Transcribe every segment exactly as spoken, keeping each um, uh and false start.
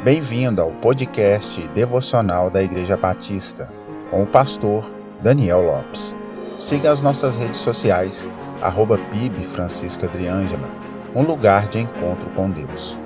Bem-vindo ao podcast devocional da Igreja Batista, com o pastor Daniel Lopes. Siga as nossas redes sociais, arroba P I B Francisca Adriângela, um lugar de encontro com Deus.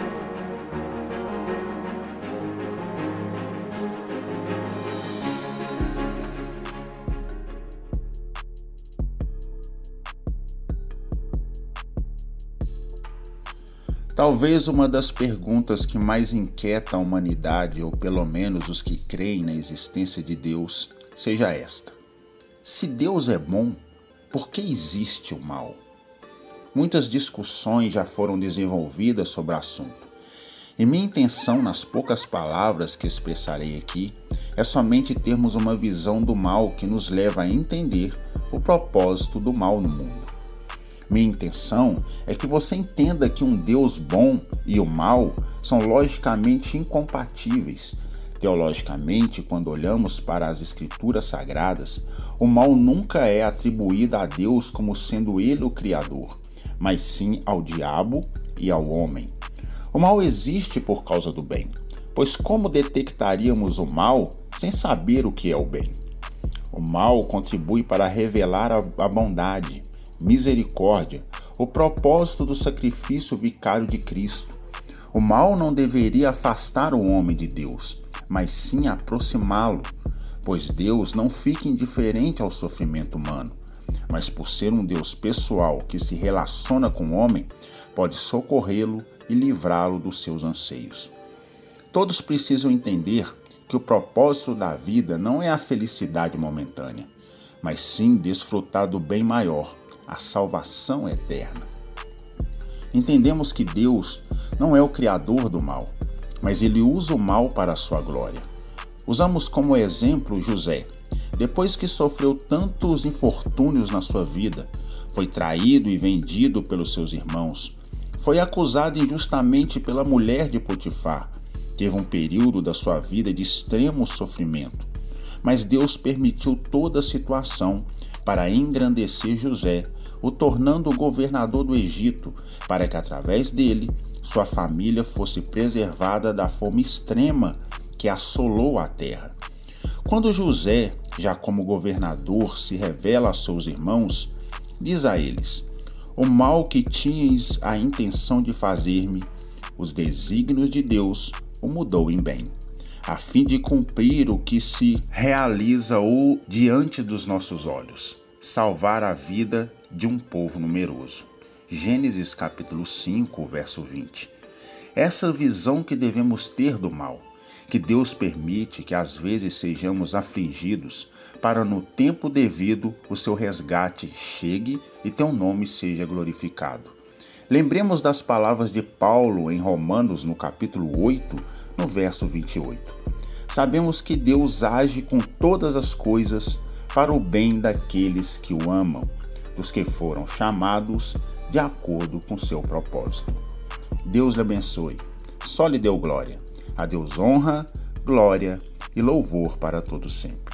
Talvez uma das perguntas que mais inquieta a humanidade, ou pelo menos os que creem na existência de Deus, seja esta: se Deus é bom, por que existe o mal? Muitas discussões já foram desenvolvidas sobre o assunto, e minha intenção, nas poucas palavras que expressarei aqui, é somente termos uma visão do mal que nos leva a entender o propósito do mal no mundo. Minha intenção é que você entenda que um Deus bom e o mal são logicamente incompatíveis. Teologicamente, quando olhamos para as Escrituras Sagradas, o mal nunca é atribuído a Deus como sendo ele o Criador, mas sim ao diabo e ao homem. O mal existe por causa do bem, pois como detectaríamos o mal sem saber o que é o bem? O mal contribui para revelar a bondade, misericórdia, o propósito do sacrifício vicário de Cristo. O mal não deveria afastar o homem de Deus, mas sim aproximá-lo, pois Deus não fica indiferente ao sofrimento humano, mas por ser um Deus pessoal que se relaciona com o homem, pode socorrê-lo e livrá-lo dos seus anseios. Todos precisam entender que o propósito da vida não é a felicidade momentânea, mas sim desfrutar do bem maior, a salvação eterna. Entendemos que Deus não é o criador do mal, mas ele usa o mal para a sua glória. Usamos como exemplo José. Depois que sofreu tantos infortúnios na sua vida, foi traído e vendido pelos seus irmãos, foi acusado injustamente pela mulher de Potifar, teve um período da sua vida de extremo sofrimento, mas Deus permitiu toda a situação para engrandecer José, o tornando governador do Egito, para que através dele sua família fosse preservada da fome extrema que assolou a terra. Quando José, já como governador, se revela a seus irmãos, diz a eles: o mal que tinhas a intenção de fazer-me, os desígnios de Deus o mudou em bem, a fim de cumprir o que se realiza ou diante dos nossos olhos, salvar a vida de um povo numeroso. Gênesis capítulo cinco, verso vinte. Essa visão que devemos ter do mal, que Deus permite que às vezes sejamos afligidos, para no tempo devido o seu resgate chegue e teu nome seja glorificado. Lembremos das palavras de Paulo em Romanos, no capítulo oito, no verso vinte e oito. Sabemos que Deus age com todas as coisas para o bem daqueles que o amam, dos que foram chamados de acordo com seu propósito. Deus lhe abençoe. Só lhe deu glória. A Deus honra, glória e louvor para todos sempre.